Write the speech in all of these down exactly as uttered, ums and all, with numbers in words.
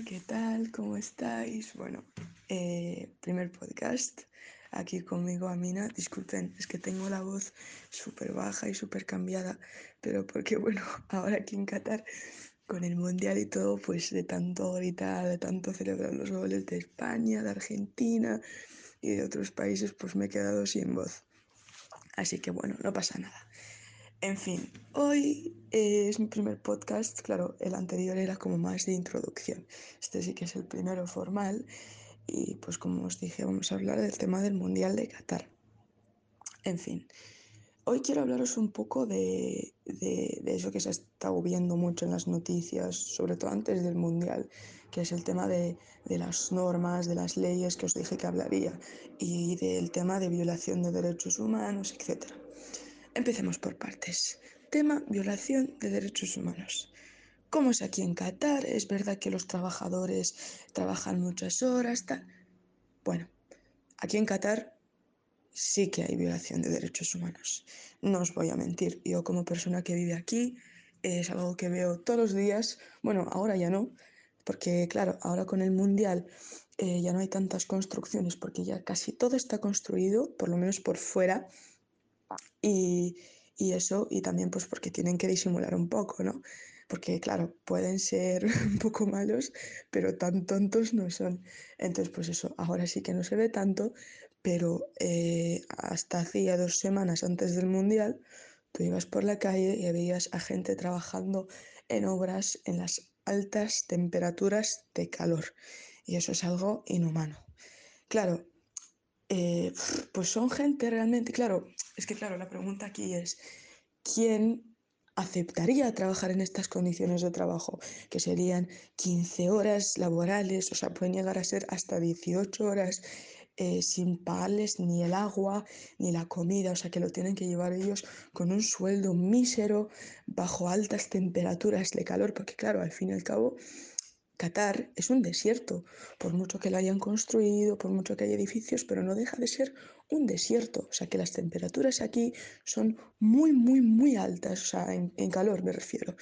Hola, ¿qué tal? ¿Cómo estáis? Bueno, eh, primer podcast aquí conmigo, Amina. Disculpen, es que tengo la voz súper baja y súper cambiada, pero porque, bueno, ahora aquí en Qatar, con el Mundial y todo, pues de tanto gritar, de tanto celebrar los goles de España, de Argentina y de otros países, pues me he quedado sin voz. Así que, bueno, no pasa nada. En fin, hoy eh, es mi primer podcast, claro, el anterior era como más de introducción. Este sí que es el primero formal y pues como os dije vamos a hablar del tema del Mundial de Qatar. En fin, hoy quiero hablaros un poco de, de- de eso que se ha estado viendo mucho en las noticias, sobre todo antes del Mundial, que es el tema de, de las normas, de las leyes que os dije que hablaría y del tema de violación de derechos humanos, etcétera. Empecemos por partes. Tema violación de derechos humanos. ¿Cómo es aquí en Qatar? Es verdad que los trabajadores trabajan muchas horas, tal. Bueno, aquí en Qatar sí que hay violación de derechos humanos. No os voy a mentir. Yo como persona que vive aquí es algo que veo todos los días. Bueno, ahora ya no, porque claro, ahora con el Mundial eh, ya no hay tantas construcciones porque ya casi todo está construido, por lo menos por fuera. Y, y eso, y también pues porque tienen que disimular un poco, ¿no? Porque claro, pueden ser un poco malos, pero tan tontos no son. Entonces, pues eso, ahora sí que no se ve tanto, pero eh, hasta hacía dos semanas antes del Mundial, tú ibas por la calle y veías a gente trabajando en obras en las altas temperaturas de calor. Y eso es algo inhumano. Claro, eh, pues son gente realmente, claro, es que claro, la pregunta aquí es, ¿quién aceptaría trabajar en estas condiciones de trabajo? Que serían quince horas laborales, o sea, pueden llegar a ser hasta dieciocho horas eh, sin pagarles ni el agua ni la comida, o sea, que lo tienen que llevar ellos con un sueldo mísero, bajo altas temperaturas de calor, porque claro, al fin y al cabo Qatar es un desierto, por mucho que lo hayan construido, por mucho que haya edificios, pero no deja de ser un desierto. O sea que las temperaturas aquí son muy, muy, muy altas, o sea, en, en calor me refiero.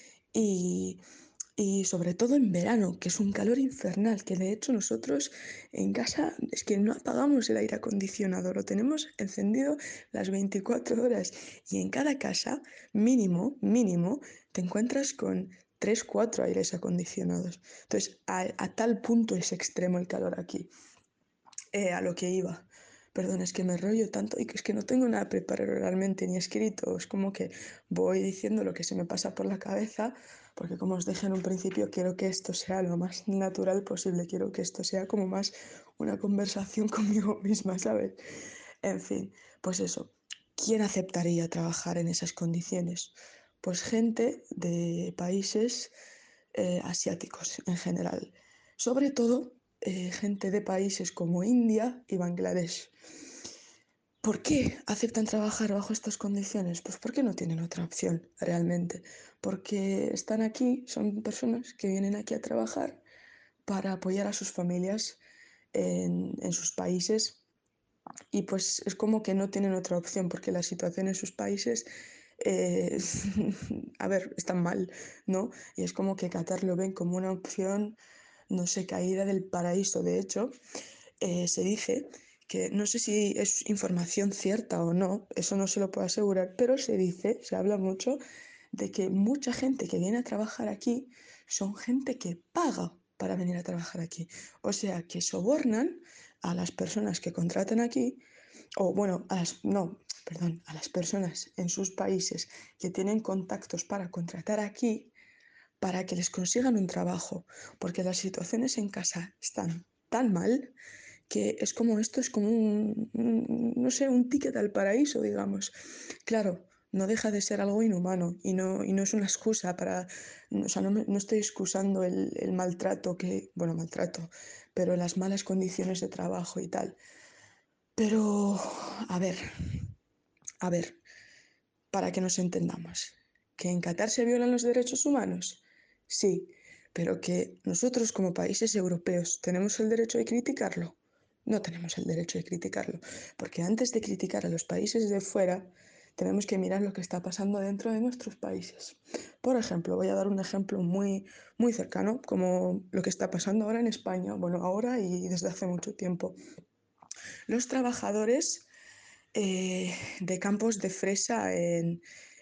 Y, y sobre todo en verano, que es un calor infernal, que de hecho nosotros en casa es que no apagamos el aire acondicionado, lo tenemos encendido las veinticuatro horas y en cada casa, mínimo, mínimo, te encuentras con tres cuatro aires acondicionados. Entonces, a, a tal punto es extremo el calor aquí. Eh, a lo que iba. Perdón, es que me rollo tanto y que es que no tengo nada preparado realmente ni escrito. Es como que voy diciendo lo que se me pasa por la cabeza, porque como os dije en un principio, quiero que esto sea lo más natural posible. Quiero que esto sea como más una conversación conmigo misma, ¿sabes? En fin, pues eso. ¿Quién aceptaría trabajar en esas condiciones? Pues gente de países eh, asiáticos en general. Sobre todo eh, gente de países como India y Bangladesh. ¿Por qué aceptan trabajar bajo estas condiciones? Pues porque no tienen otra opción realmente. Porque están aquí, son personas que vienen aquí a trabajar para apoyar a sus familias en, en sus países y pues es como que no tienen otra opción porque la situación en sus países, eh, a ver, están mal, ¿no? Y es como que Qatar lo ven como una opción, no sé, caída del paraíso. De hecho, eh, se dice que no sé si es información cierta o no, eso no se lo puedo asegurar, pero se dice, se habla mucho de que mucha gente que viene a trabajar aquí son gente que paga para venir a trabajar aquí. O sea, que sobornan a las personas que contratan aquí, o bueno, a las, no, perdón, a las personas en sus países que tienen contactos para contratar aquí para que les consigan un trabajo, porque las situaciones en casa están tan mal que es como esto, es como un, un, no sé, un ticket al paraíso, digamos. Claro, no deja de ser algo inhumano y no, y no es una excusa para, o sea, no, me- no estoy excusando el, el maltrato que, bueno, maltrato, pero las malas condiciones de trabajo y tal. Pero, a ver, a ver, para que nos entendamos, ¿que en Qatar se violan los derechos humanos? Sí, pero que nosotros como países europeos tenemos el derecho de criticarlo. No tenemos el derecho de criticarlo, porque antes de criticar a los países de fuera, tenemos que mirar lo que está pasando dentro de nuestros países. Por ejemplo, voy a dar un ejemplo muy, muy cercano, como lo que está pasando ahora en España, bueno, ahora y desde hace mucho tiempo. Los trabajadores eh, de campos de fresa en,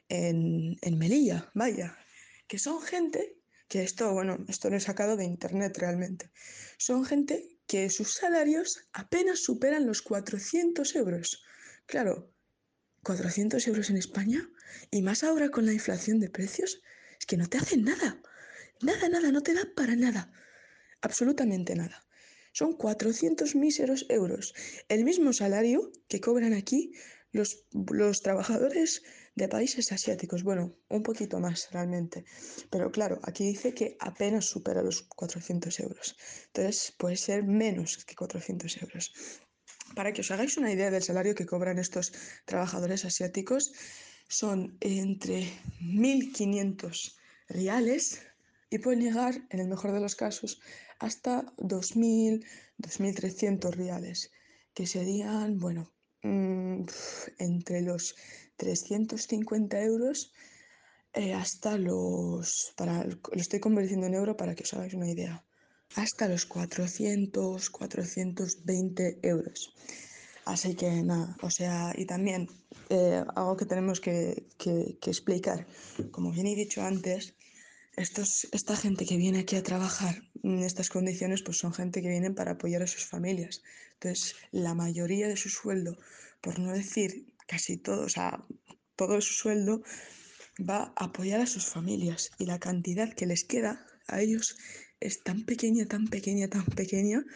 en, en Melilla, vaya, que son gente, que esto, bueno, esto lo he sacado de internet realmente, son gente que sus salarios apenas superan los cuatrocientos euros. Claro, cuatrocientos euros en España y más ahora con la inflación de precios, es que no te hacen nada, nada, nada, no te da para nada, absolutamente nada. Son cuatrocientos míseros euros, el mismo salario que cobran aquí los, los trabajadores de países asiáticos. Bueno, un poquito más realmente. Pero claro, aquí dice que apenas supera los cuatrocientos euros. Entonces puede ser menos que cuatrocientos euros. Para que os hagáis una idea del salario que cobran estos trabajadores asiáticos, son entre mil quinientos reales y pueden llegar, en el mejor de los casos, hasta dos mil, dos mil trescientos reales, que serían, bueno, mmm, entre los trescientos cincuenta euros eh, hasta los, para, lo estoy convirtiendo en euro para que os hagáis una idea, hasta los cuatrocientos, cuatrocientos veinte euros. Así que nada, o sea, y también eh, algo que tenemos que, que, que explicar, como bien he dicho antes, estos, esta gente que viene aquí a trabajar en estas condiciones, pues son gente que vienen para apoyar a sus familias. Entonces, la mayoría de su sueldo, por no decir casi todo, o sea, todo su sueldo va a apoyar a sus familias y la cantidad que les queda a ellos es tan pequeña, tan pequeña, tan pequeña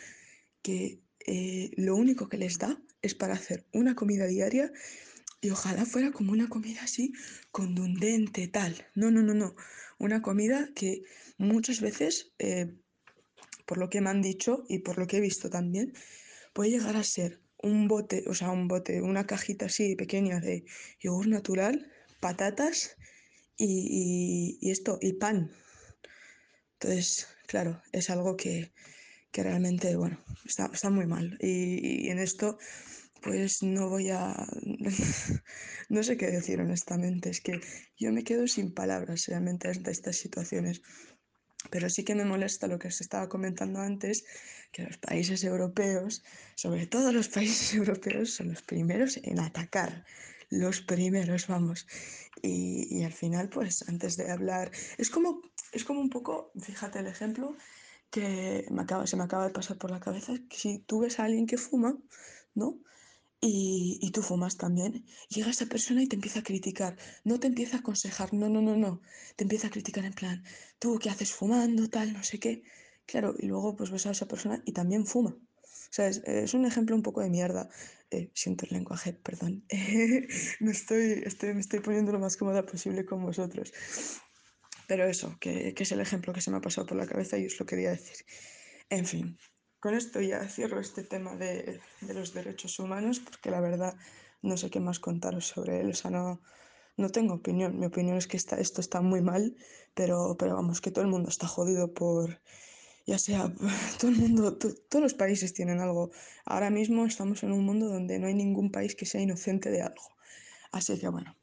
que eh, lo único que les da es para hacer una comida diaria y ojalá fuera como una comida así contundente, tal. No, no, no, no. Una comida que muchas veces, eh, por lo que me han dicho y por lo que he visto también, puede llegar a ser un bote, o sea, un bote, una cajita así pequeña de yogur natural, patatas y, y- y esto, y pan. Entonces, claro, es algo que, que realmente, bueno, está, está muy mal. Y, y en esto, pues no voy a... No sé qué decir honestamente. Es que yo me quedo sin palabras realmente ante estas situaciones. Pero sí que me molesta lo que se estaba comentando antes, que los países europeos, sobre todo los países europeos, son los primeros en atacar. Los primeros, vamos. Y, y al final, pues antes de hablar, es como, es como un poco, fíjate el ejemplo que me acaba, se me acaba de pasar por la cabeza, que si tú ves a alguien que fuma, ¿no? Y, y tú fumas también. Llega esa persona y te empieza a criticar. No te empieza a aconsejar, no, no, no, no. Te empieza a criticar en plan, tú qué haces fumando, tal, no sé qué. Claro, y luego pues ves a esa persona y también fuma. O sea, es, es un ejemplo un poco de mierda. Eh, siento el lenguaje, perdón. me estoy, estoy, me estoy poniendo lo más cómoda posible con vosotros. Pero eso, que, que es el ejemplo que se me ha pasado por la cabeza y os lo quería decir. En fin, con esto ya cierro este tema de, de los derechos humanos porque la verdad no sé qué más contaros sobre él. O sea, no, no tengo opinión. Mi opinión es que está, esto está muy mal, pero, pero vamos, que todo el mundo está jodido por, ya sea, todo el mundo, to- todos los países tienen algo. Ahora mismo estamos en un mundo donde no hay ningún país que sea inocente de algo. Así que bueno,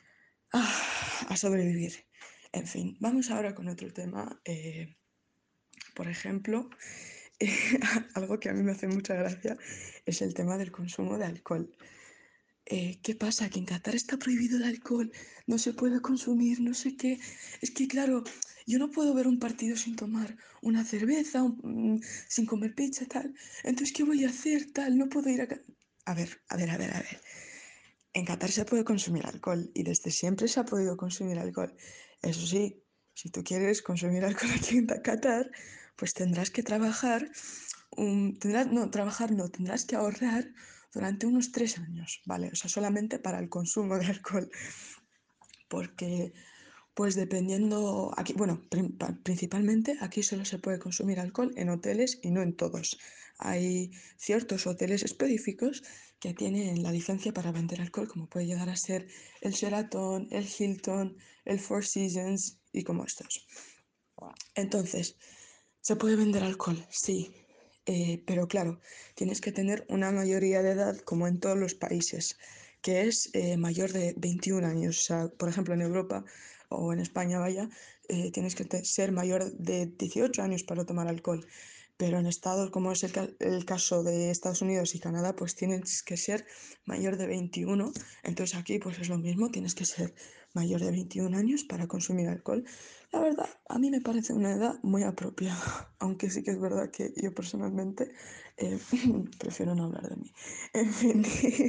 ah, a sobrevivir. En fin, vamos ahora con otro tema. Eh, por ejemplo, algo que a mí me hace mucha gracia es el tema del consumo de alcohol. Eh, ¿qué pasa? Que en Qatar está prohibido el alcohol, no se puede consumir, no sé qué. Es que, claro, yo no puedo ver un partido sin tomar una cerveza, un- mm, sin comer pizza, tal. Entonces, ¿qué voy a hacer, tal? No puedo ir a... ca- A ver, a ver, a ver, a ver. En Qatar se puede consumir alcohol y desde siempre se ha podido consumir alcohol. Eso sí, si tú quieres consumir alcohol aquí en Qatar, pues tendrás que trabajar, un- tendrás, no, trabajar no, tendrás que ahorrar durante unos tres años, ¿vale? O sea, solamente para el consumo de alcohol. Porque, pues dependiendo, aquí, bueno, prim- pa- principalmente aquí solo se puede consumir alcohol en hoteles y no en todos. Hay ciertos hoteles específicos que tienen la licencia para vender alcohol, como puede llegar a ser el Sheraton, el Hilton, el Four Seasons y como estos. Entonces, ¿se puede vender alcohol? Sí. Eh, pero claro, tienes que tener una mayoría de edad como en todos los países. que es eh, mayor de veintiún años. O sea, por ejemplo, en Europa o en España, vaya, eh, tienes que te- ser mayor de dieciocho años para tomar alcohol. Pero en estados como es el, ca- el caso de Estados Unidos y Canadá, pues tienes que ser mayor de veintiuno. Entonces aquí pues es lo mismo, tienes que ser mayor de veintiún años para consumir alcohol. La verdad, a mí me parece una edad muy apropiada, aunque sí que es verdad que yo personalmente eh, prefiero no hablar de mí. En fin,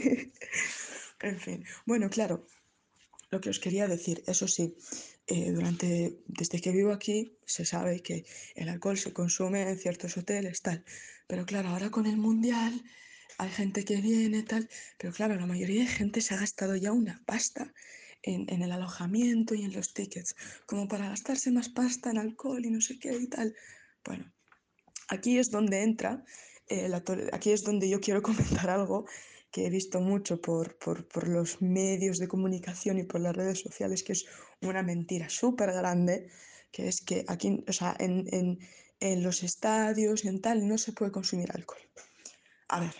en fin. Bueno, claro, lo que os quería decir, eso sí, eh, durante, desde que vivo aquí se sabe que el alcohol se consume en ciertos hoteles, tal. Pero claro, ahora con el mundial hay gente que viene, tal. Pero claro, la mayoría de gente se ha gastado ya una pasta en, en el alojamiento y en los tickets, como para gastarse más pasta en alcohol y no sé qué y tal. Bueno, aquí es donde entra, eh, la tole- aquí es donde yo quiero comentar algo que he visto mucho por, por, por los medios de comunicación y por las redes sociales, que es una mentira súper grande, que es que aquí, o sea, en, en, en los estadios y en tal, no se puede consumir alcohol. A ver,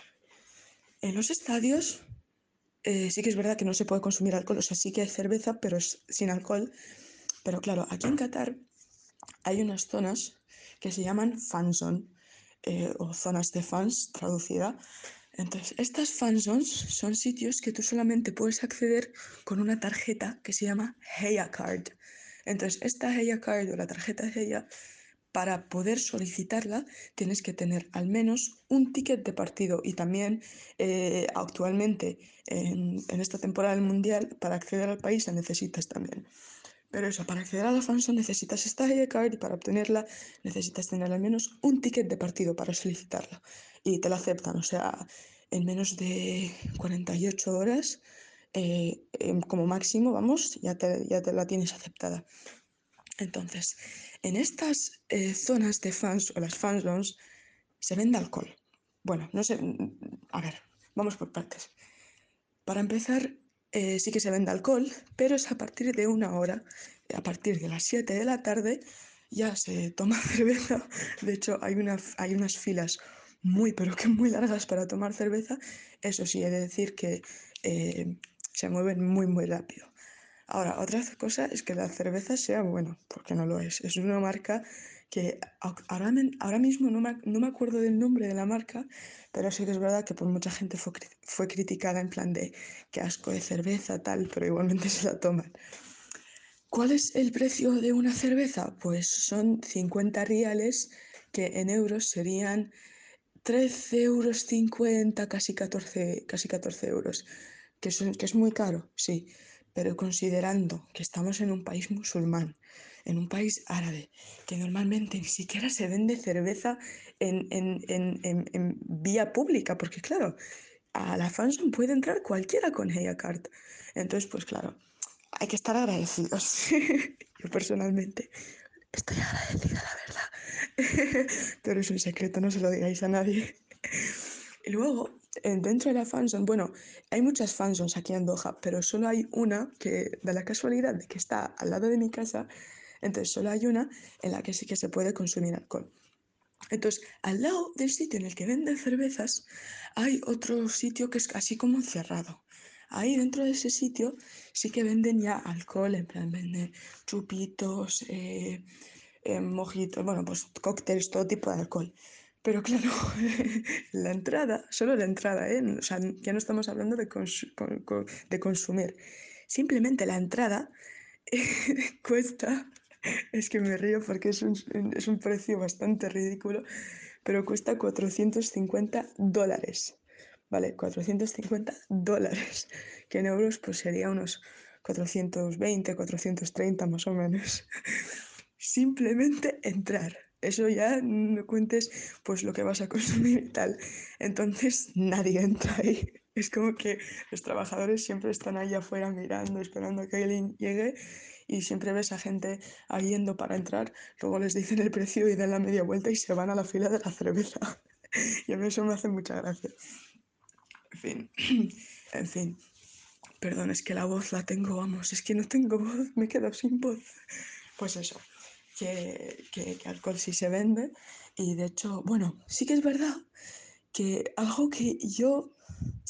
en los estadios eh, sí que es verdad que no se puede consumir alcohol, o sea, sí que hay cerveza, pero es sin alcohol. Pero claro, aquí en Qatar hay unas zonas que se llaman fan zone, eh, o zonas de fans traducida. Entonces, estas fan zones son sitios que tú solamente puedes acceder con una tarjeta que se llama Heya Card. Entonces, esta Heya Card o la tarjeta Heya, para poder solicitarla, tienes que tener al menos un ticket de partido y también eh, actualmente en, en esta temporada del Mundial, para acceder al país la necesitas también. Pero eso, para acceder a la fansón necesitas esta I D card y para obtenerla necesitas tener al menos un ticket de partido para solicitarla. Y te la aceptan, o sea, en menos de cuarenta y ocho horas, eh, em, como máximo, vamos, ya te, ya te la tienes aceptada. Entonces, en estas eh, zonas de fans o las fan zones se vende alcohol. Bueno, no sé, mm, a ver, vamos por partes. Para empezar, eh, sí que se vende alcohol, pero es a partir de una hora. A partir de las siete de la tarde ya se toma cerveza. De hecho, hay una, hay unas filas muy, pero que muy largas para tomar cerveza. Eso sí, he de decir que eh, se mueven muy, muy rápido. Ahora, otra cosa es que la cerveza sea buena, porque no lo es. Es una marca que au- ahora, men- ahora mismo no me, no me acuerdo del nombre de la marca, pero sí que es verdad que por mucha gente fue, cri- fue criticada en plan de qué asco de cerveza, tal, pero igualmente se la toman. ¿Cuál es el precio de una cerveza? Pues son cincuenta riales, que en euros serían trece euros cincuenta, casi catorce, casi catorce euros, que es, que es muy caro, sí, pero considerando que estamos en un país musulmán, en un país árabe, que normalmente ni siquiera se vende cerveza en, en, en, en, en vía pública, porque claro, a la fanzone puede entrar cualquiera con Card. Entonces, pues claro, hay que estar agradecidos. Yo personalmente estoy agradecida, la verdad. Pero es un secreto, no se lo digáis a nadie. Y luego, eh, dentro de la fanzone, bueno, hay muchas fanzones aquí en Doha, pero solo hay una que, da la casualidad de que está al lado de mi casa, entonces solo hay una en la que sí que se puede consumir alcohol. Entonces, al lado del sitio en el que venden cervezas, hay otro sitio que es así como cerrado. Ahí dentro de ese sitio sí que venden ya alcohol, en plan venden chupitos, eh, eh, mojitos, bueno, pues cócteles, todo tipo de alcohol. Pero claro, la entrada, solo la entrada, ¿eh? O sea, ya no estamos hablando de, consu- con- con- de consumir. Simplemente la entrada cuesta, es que me río porque es un, es un precio bastante ridículo, pero cuesta cuatrocientos cincuenta dólares. Vale, cuatrocientos cincuenta dólares, que en euros pues sería unos cuatrocientos veinte, cuatrocientos treinta más o menos. Simplemente entrar. Eso ya no cuentes pues lo que vas a consumir y tal. Entonces nadie entra ahí. Es como que los trabajadores siempre están ahí afuera mirando, esperando a que alguien llegue y siempre ves a gente ahí yendo para entrar. Luego les dicen el precio y dan la media vuelta y se van a la fila de la cerveza. Y a mí eso me hace mucha gracia. En fin, en fin. Perdón, es que la voz la tengo, vamos, es que no tengo voz, me he quedado sin voz. Pues eso, que, que, que alcohol sí se vende y de hecho, bueno, sí que es verdad que algo que yo,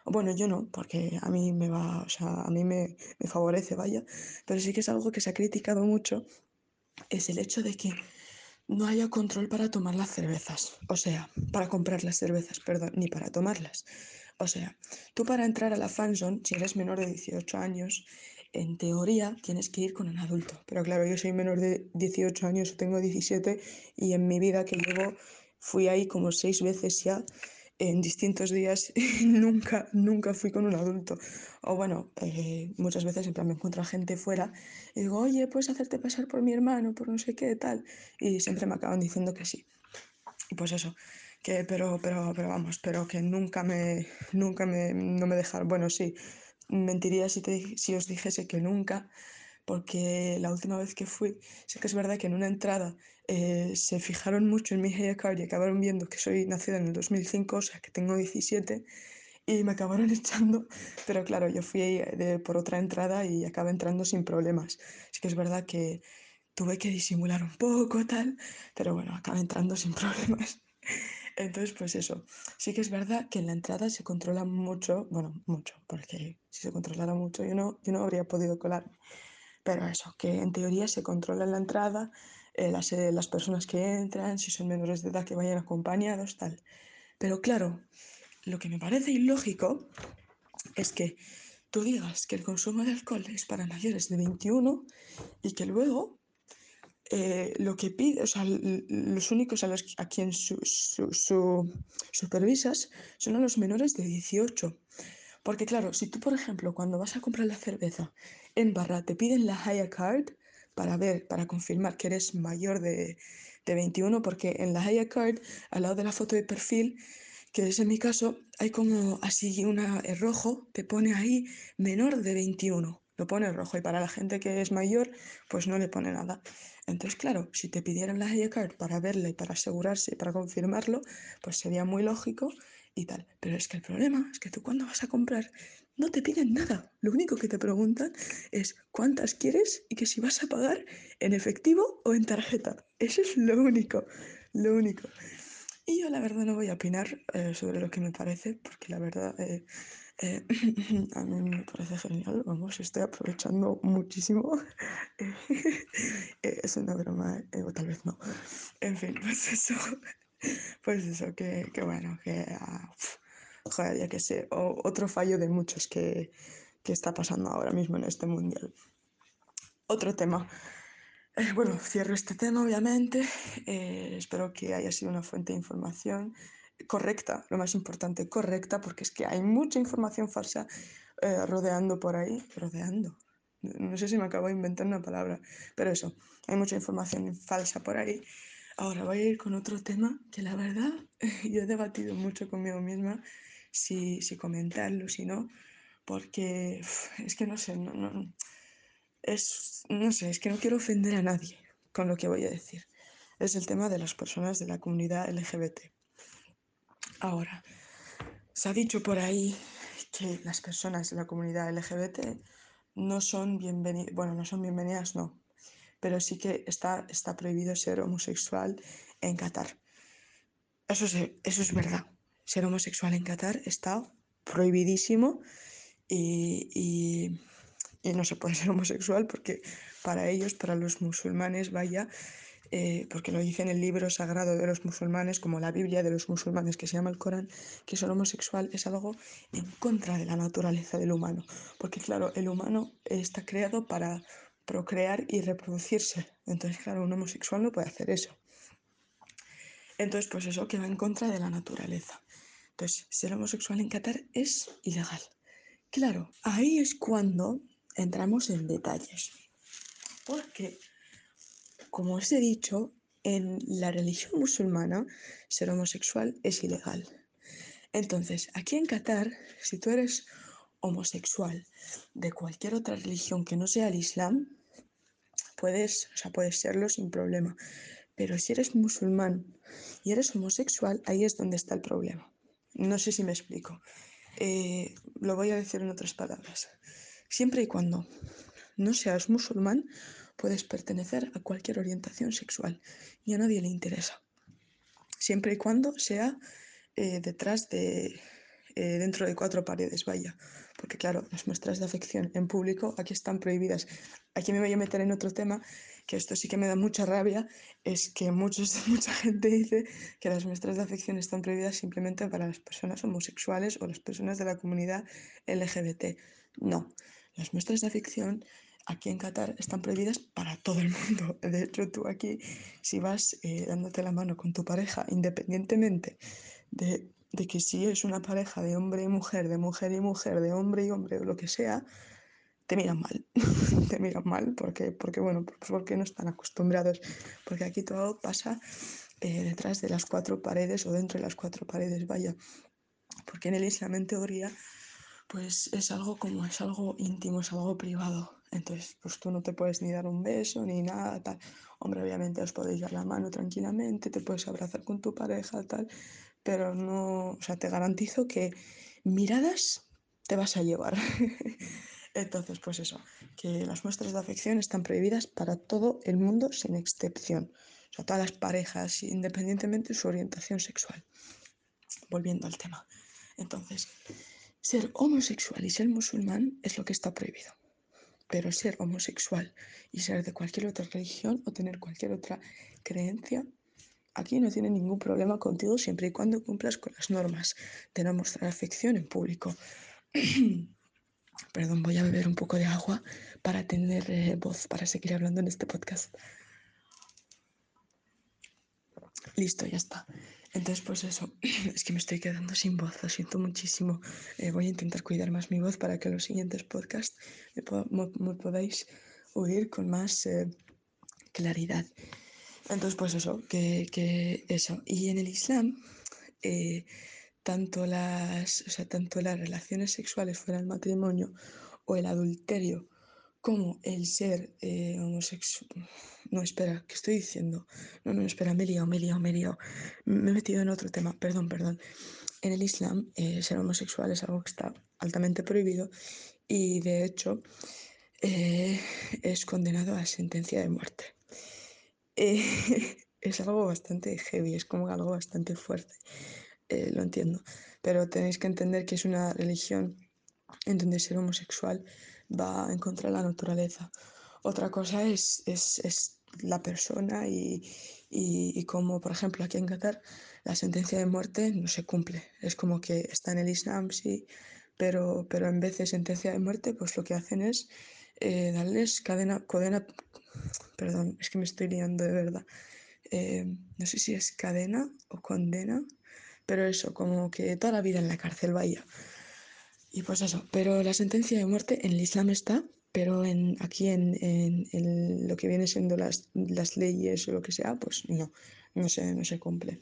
Bueno, yo no, porque a mí me va, o sea, a mí me, me favorece, vaya, pero sí que es algo que se ha criticado mucho, es el hecho de que no haya control para tomar las cervezas, o sea, para comprar las cervezas, perdón, ni para tomarlas. O sea, tú para entrar a la fanzone, si eres menor de dieciocho años, en teoría tienes que ir con un adulto. Pero claro, yo soy menor de dieciocho años, tengo diecisiete y en mi vida que llevo fui ahí como seis veces ya en distintos días y nunca, nunca fui con un adulto. O bueno, eh, muchas veces en plan me encuentro a gente fuera y digo, oye, ¿puedes hacerte pasar por mi hermano, por no sé qué, tal? Y siempre me acaban diciendo que sí. Y pues eso, que, pero, pero, pero vamos, pero que nunca me, nunca me, no me dejaron, bueno, sí, mentiría si, te, dij- si os dijese que nunca, porque la última vez que fui, sí que es verdad que en una entrada eh, se fijaron mucho en mi Heya Card y acabaron viendo que soy nacida en el dos mil cinco, o sea, que tengo diecisiete, y me acabaron echando, pero claro, yo fui de, por otra entrada y acabé entrando sin problemas. Sí que es verdad que tuve que disimular un poco, tal, pero bueno, acabé entrando sin problemas. Entonces, pues eso, sí que es verdad que en la entrada se controla mucho, bueno, mucho, porque si se controlara mucho yo no, yo no habría podido colarme. Pero eso, que en teoría se controla en la entrada, eh, las, eh, las personas que entran, si son menores de edad que vayan acompañados, tal. Pero claro, lo que me parece ilógico es que tú digas que el consumo de alcohol es para mayores de veintiuno y que luego eh, lo que pide, o sea, l- los únicos a, los, a quien su, su- su- supervisas son a los menores de dieciocho. Porque claro, si tú, por ejemplo, cuando vas a comprar la cerveza en barra te piden la Haya Card para ver, para confirmar que eres mayor de, de veintiuno, porque en la Haya Card, al lado de la foto de perfil, que es en mi caso, hay como así una en rojo, te pone ahí menor de veintiuno. Lo pone rojo y para la gente que es mayor, pues no le pone nada. Entonces, claro, si te pidieran la Haya Card para verla y para asegurarse y para confirmarlo, pues sería muy lógico y tal. Pero es que el problema es que tú cuando vas a comprar no te piden nada. Lo único que te preguntan es cuántas quieres y que si vas a pagar en efectivo o en tarjeta. Eso es lo único, lo único. Y yo la verdad no voy a opinar eh, sobre lo que me parece, porque la verdad eh, eh, a mí me parece genial, vamos, estoy aprovechando muchísimo. Eh, es una broma, eh, o tal vez no. En fin, pues eso, pues eso, que, que bueno, que ah, pf, joder, ya que sé, o- otro fallo de muchos que, que está pasando ahora mismo en este mundial. Otro tema. Eh, bueno, cierro este tema, obviamente. Eh, espero que haya sido una fuente de información correcta, lo más importante, correcta, porque es que hay mucha información falsa eh, rodeando por ahí. Rodeando. No sé si me acabo de inventar una palabra, pero eso, hay mucha información falsa por ahí. Ahora voy a ir con otro tema que la verdad yo he debatido mucho conmigo misma si, si comentarlo, si no, porque uf, es que no sé, no, no, es, no sé, es que no quiero ofender a nadie con lo que voy a decir. Es el tema de las personas de la comunidad L G B T. Ahora, se ha dicho por ahí que las personas de la comunidad L G B T no son bienvenidas, bueno, no son bienvenidas, no, pero sí que está, está prohibido ser homosexual en Qatar. Eso es, eso es verdad. Ser homosexual en Qatar está prohibidísimo y, y- y no se puede ser homosexual porque para ellos, para los musulmanes, vaya, eh, porque lo dice en el libro sagrado de los musulmanes, como la Biblia de los musulmanes que se llama el Corán, que ser homosexual es algo en contra de la naturaleza del humano. Porque claro, el humano está creado para procrear y reproducirse. Entonces, claro, un homosexual no puede hacer eso. Entonces, pues eso que va en contra de la naturaleza. Entonces, ser homosexual en Qatar es ilegal. Claro, ahí es cuando entramos en detalles. Porque, como os he dicho, en la religión musulmana ser homosexual es ilegal. Entonces, aquí en Qatar, si tú eres homosexual de cualquier otra religión que no sea el Islam, puedes, o sea, puedes serlo sin problema. Pero si eres musulmán y eres homosexual, ahí es donde está el problema. No sé si me explico. Eh, lo voy a decir en otras palabras. Siempre y cuando no seas musulmán, puedes pertenecer a cualquier orientación sexual y a nadie le interesa. Siempre y cuando sea eh, detrás de eh, dentro de cuatro paredes, vaya. Porque claro, las muestras de afección en público aquí están prohibidas. Aquí me voy a meter en otro tema, que esto sí que me da mucha rabia, es que muchos, mucha gente dice que las muestras de afección están prohibidas simplemente para las personas homosexuales o las personas de la comunidad L G B T. No, las muestras de afección aquí en Qatar están prohibidas para todo el mundo. De hecho, tú aquí, si vas eh, dándote la mano con tu pareja, independientemente de, de que si es una pareja de hombre y mujer, de mujer y mujer, de hombre y hombre o lo que sea, te miran mal. Te miran mal porque, porque bueno, pues porque no están acostumbrados. Porque aquí todo pasa eh, detrás de las cuatro paredes o dentro de las cuatro paredes, vaya. Porque en el Islam, en teoría, pues es algo como es algo íntimo, es algo privado. Entonces, pues tú no te puedes ni dar un beso ni nada, tal. Hombre, obviamente os podéis dar la mano tranquilamente, te puedes abrazar con tu pareja, tal, pero no, o sea, te garantizo que miradas te vas a llevar. Entonces, pues eso, que las muestras de afección están prohibidas para todo el mundo sin excepción. O sea, todas las parejas, independientemente de su orientación sexual. Volviendo al tema. Entonces, ser homosexual y ser musulmán es lo que está prohibido. Pero ser homosexual y ser de cualquier otra religión o tener cualquier otra creencia, aquí no tiene ningún problema contigo siempre y cuando cumplas con las normas de no mostrar afección en público. Perdón, voy a beber un poco de agua para tener eh, voz, para seguir hablando en este podcast. Listo, ya está. Entonces, pues eso, es que me estoy quedando sin voz, lo siento muchísimo. Eh, voy a intentar cuidar más mi voz para que en los siguientes podcasts me, po me, me podáis oír con más eh, claridad. Entonces, pues eso, que, que eso. Y en el Islam, eh, tanto las, o sea, tanto las relaciones sexuales fuera del matrimonio o el adulterio como el ser eh, homosexual. No, espera, ¿qué estoy diciendo? No, no, espera, me he liado, me he liado, me he liado. Me he metido en otro tema, perdón, perdón. En el Islam, eh, ser homosexual es algo que está altamente prohibido y de hecho eh, es condenado a sentencia de muerte. Eh, es algo bastante heavy, es como algo bastante fuerte, eh, lo entiendo, pero tenéis que entender que es una religión en donde ser homosexual va en contra de la naturaleza. Otra cosa es, es, es la persona y, y, y como, por ejemplo, aquí en Qatar, la sentencia de muerte no se cumple. Es como que está en el Islam, sí, pero, pero en vez de sentencia de muerte, pues lo que hacen es eh, darles cadena, cadena, perdón, es que me estoy liando de verdad. Eh, no sé si es cadena o condena, pero eso, como que toda la vida en la cárcel, vaya. Y pues eso, pero la sentencia de muerte en el Islam está, pero en, aquí en, en- en lo que viene siendo las, las leyes o lo que sea, pues no, no se, no se cumple.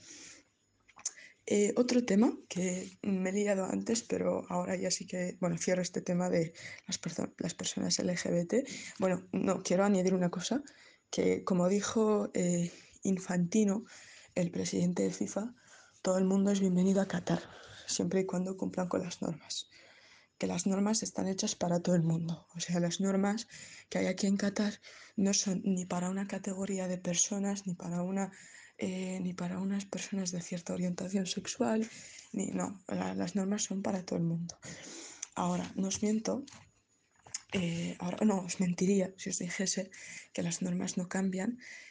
Eh, otro tema que me he liado antes, pero ahora ya sí que, bueno, cierro este tema de las, perso- las personas L G B T. Bueno, no, quiero añadir una cosa, que como dijo eh, Infantino, el presidente de FIFA, todo el mundo es bienvenido a Qatar, siempre y cuando cumplan con las normas, que las normas están hechas para todo el mundo. O sea, las normas que hay aquí en Qatar no son ni para una categoría de personas, ni para una, eh, ni para unas personas de cierta orientación sexual, ni no, la- las normas son para todo el mundo. Ahora, no os miento, eh, ahora no, os mentiría si os dijese que las normas no cambian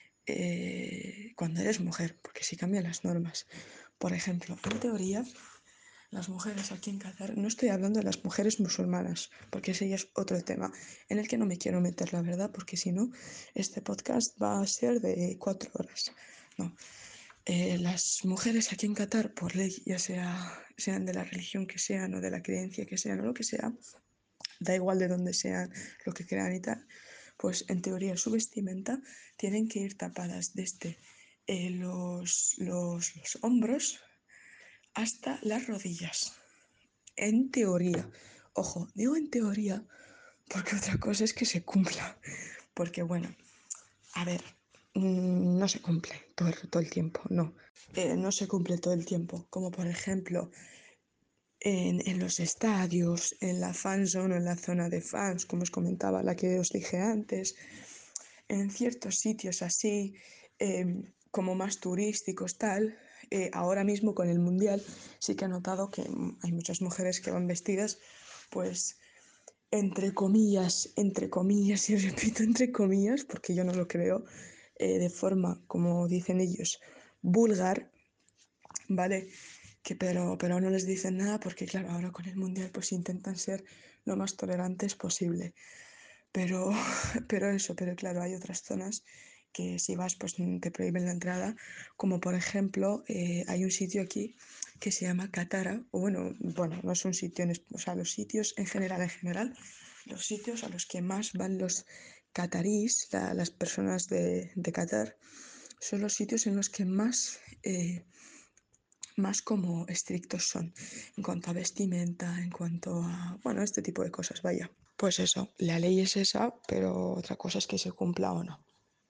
eh, cuando eres mujer, porque sí cambian las normas. Por ejemplo, en teoría, las mujeres aquí en Qatar, no estoy hablando de las mujeres musulmanas, porque ese ya es otro tema en el que no me quiero meter, la verdad, porque si no, este podcast va a ser de cuatro horas. No. Eh, las mujeres aquí en Qatar, por ley, ya sea, sean de la religión que sean o de la creencia que sean o lo que sea, da igual de dónde sean, lo que crean y tal, pues en teoría su vestimenta tienen que ir tapadas desde eh, los, los, los hombros hasta las rodillas. En teoría. Ojo, digo en teoría porque otra cosa es que se cumpla. Porque bueno, a ver, mm, no se cumple todo, el- todo el tiempo, no. Eh, no se cumple todo el tiempo. Como por ejemplo en, en los estadios, en la fan zone o en la zona de fans, como os comentaba, la que os dije antes, en ciertos sitios así, eh, como más turísticos, tal, eh, ahora mismo con el Mundial sí que he notado que hay muchas mujeres que van vestidas, pues, entre comillas, entre comillas, y repito, entre comillas, porque yo no lo creo, eh, de forma, como dicen ellos, vulgar, ¿vale? Que pero, pero no les dicen nada porque, claro, ahora con el Mundial pues intentan ser lo más tolerantes posible. Pero, pero eso, pero claro, hay otras zonas que si vas pues te prohíben la entrada, como por ejemplo eh, hay un sitio aquí que se llama Katara, o bueno, bueno, no es un sitio, en es- o sea, los sitios en general, en general, los sitios a los que más van los catarís, la- las personas de, de Qatar, son los sitios en los que más, eh, más como estrictos son, en cuanto a vestimenta, en cuanto a, bueno, este tipo de cosas, vaya. Pues eso, la ley es esa, pero otra cosa es que se cumpla o no.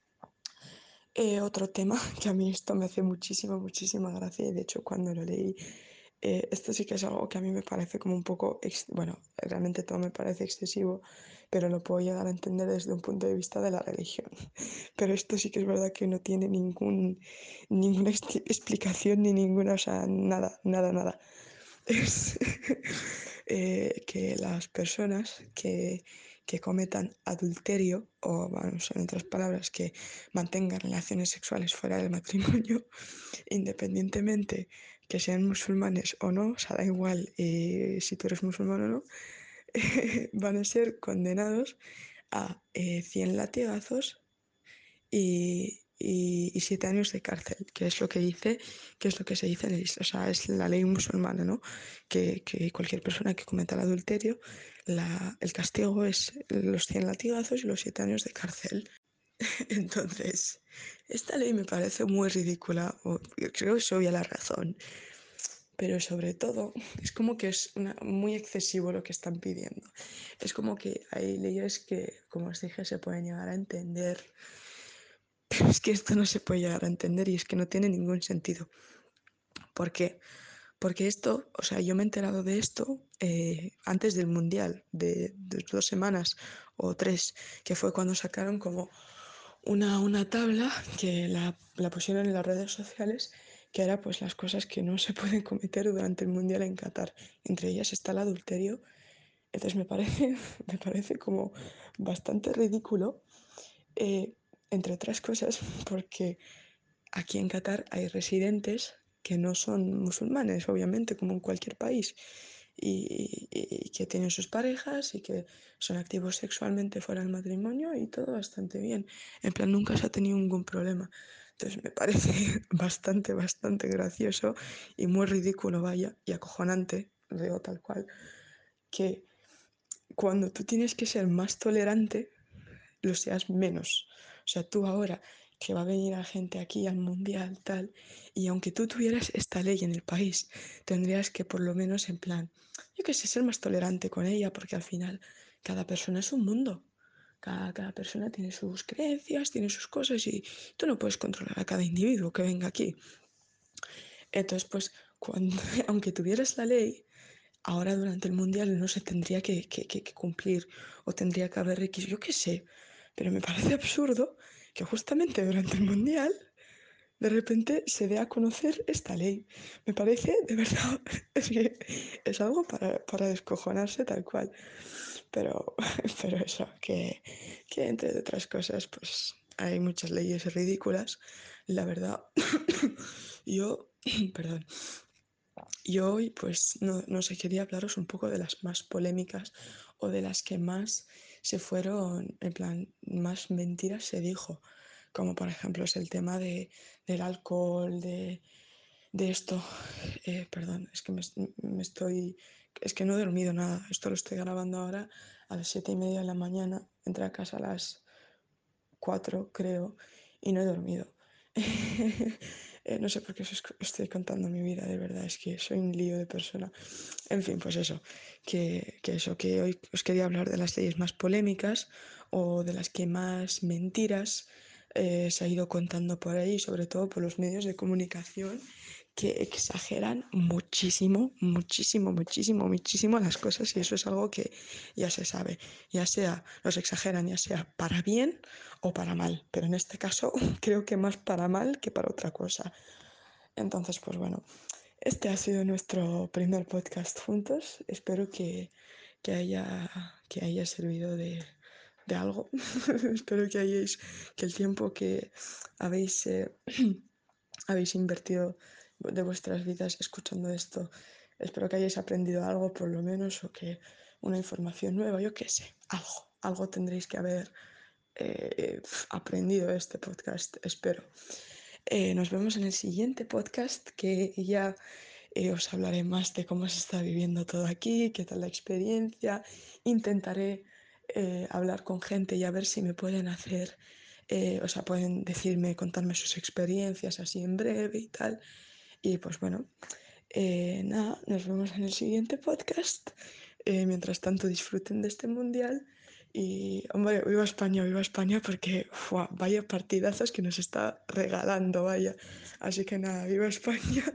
Eh, otro tema que a mí esto me hace muchísima, muchísima gracia y de hecho cuando lo leí, eh, esto sí que es algo que a mí me parece como un poco, ex- bueno, realmente todo me parece excesivo, pero lo puedo llegar a entender desde un punto de vista de la religión. Pero esto sí que es verdad que no tiene ningún, ninguna ex- explicación ni ninguna, o sea, nada, nada, nada. Es eh, que las personas que, que cometan adulterio, o vamos, en otras palabras, que mantengan relaciones sexuales fuera del matrimonio, independientemente que sean musulmanes o no, o sea, da igual eh, si tú eres musulmán o no, van a ser condenados a eh, cien latigazos y, y, y siete años de cárcel, que es lo que dice, que es lo que se dice en el Islam, o sea, es la ley musulmana, ¿no? Que, que cualquier persona que cometa el adulterio, la, el castigo es los cien latigazos y los siete años de cárcel. Entonces, esta ley me parece muy ridícula, o creo que es obvia la razón, pero sobre todo es como que es una- muy excesivo lo que están pidiendo. Es como que hay leyes que, como os dije, se pueden llegar a entender. Pero es que esto no se puede llegar a entender y es que no tiene ningún sentido. ¿Por qué? Porque esto, o sea, yo me he enterado de esto eh, antes del Mundial, de, de dos semanas o tres, que fue cuando sacaron como una, una tabla que la, la pusieron en las redes sociales, que era pues las cosas que no se pueden cometer durante el Mundial en Qatar. Entre ellas está el adulterio. Entonces me parece, me parece como bastante ridículo, eh, entre otras cosas, porque aquí en Qatar hay residentes que no son musulmanes, obviamente, como en cualquier país, y, y- y que tienen sus parejas y que son activos sexualmente fuera del matrimonio y todo bastante bien. En plan, nunca se ha tenido ningún problema. Entonces me parece bastante, bastante gracioso y muy ridículo, vaya, y acojonante, lo digo tal cual, que cuando tú tienes que ser más tolerante, lo seas menos. O sea, tú ahora que va a venir a gente aquí al mundial, tal, y aunque tú tuvieras esta ley en el país, tendrías que por lo menos en plan, yo qué sé, ser más tolerante con ella, porque al final cada persona es un mundo. Cada, cada persona tiene sus creencias, tiene sus cosas y tú no puedes controlar a cada individuo que venga aquí. Entonces, pues, cuando, aunque tuvieras la ley, ahora durante el mundial no se tendría que, que- que- que cumplir o tendría que haber requisitos, yo qué sé, pero me parece absurdo que justamente durante el mundial de repente se dé a conocer esta ley. Me parece, de verdad, es que es algo para, para descojonarse tal cual. Pero, pero eso, que, que entre otras cosas, pues hay muchas leyes ridículas. La verdad, yo, perdón, y hoy, pues, no, no sé, quería hablaros un poco de las más polémicas o de las que más se fueron, en plan, más mentiras se dijo, como por ejemplo es el tema de, del alcohol, de, de esto. Eh, perdón, es que me, me estoy, es que no he dormido nada, esto lo estoy grabando ahora a las siete y media de la mañana, entré a casa a las cuatro, creo, y no he dormido. Eh, no sé por qué os esc- estoy contando mi vida, de verdad, es que soy un lío de persona. En fin, pues eso, que, que eso, que hoy os quería hablar de las leyes más polémicas o de las que más mentiras eh, se ha ido contando por ahí, sobre todo por los medios de comunicación que exageran muchísimo, muchísimo, muchísimo, muchísimo las cosas y eso es algo que ya se sabe, ya sea, los exageran ya sea para bien o para mal, pero en este caso creo que más para mal que para otra cosa. Entonces, pues bueno, este ha sido nuestro primer podcast juntos. Espero que, que haya, que haya servido de, de algo. Espero que hayáis, que el tiempo que habéis, eh, habéis invertido de vuestras vidas escuchando esto, espero que hayáis aprendido algo por lo menos o que una información nueva, yo qué sé, algo, algo tendréis que haber eh, aprendido de este podcast, espero. Eh, nos vemos en el siguiente podcast que ya eh, os hablaré más de cómo se está viviendo todo aquí, qué tal la experiencia. Intentaré eh, hablar con gente y a ver si me pueden hacer, eh, o sea, pueden decirme, contarme sus experiencias así en breve y tal. Y pues bueno, eh, nada, nos vemos en el siguiente podcast. Eh, mientras tanto, disfruten de este mundial. Y, hombre, viva España, viva España, porque ¡fua! Vaya partidazos que nos está regalando, vaya. Así que nada, viva España.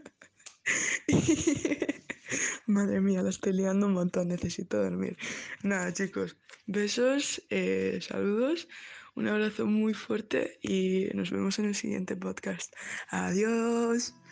Madre mía, la estoy liando un montón, necesito dormir. Nada, chicos, besos, eh, saludos, un abrazo muy fuerte y nos vemos en el siguiente podcast. Adiós.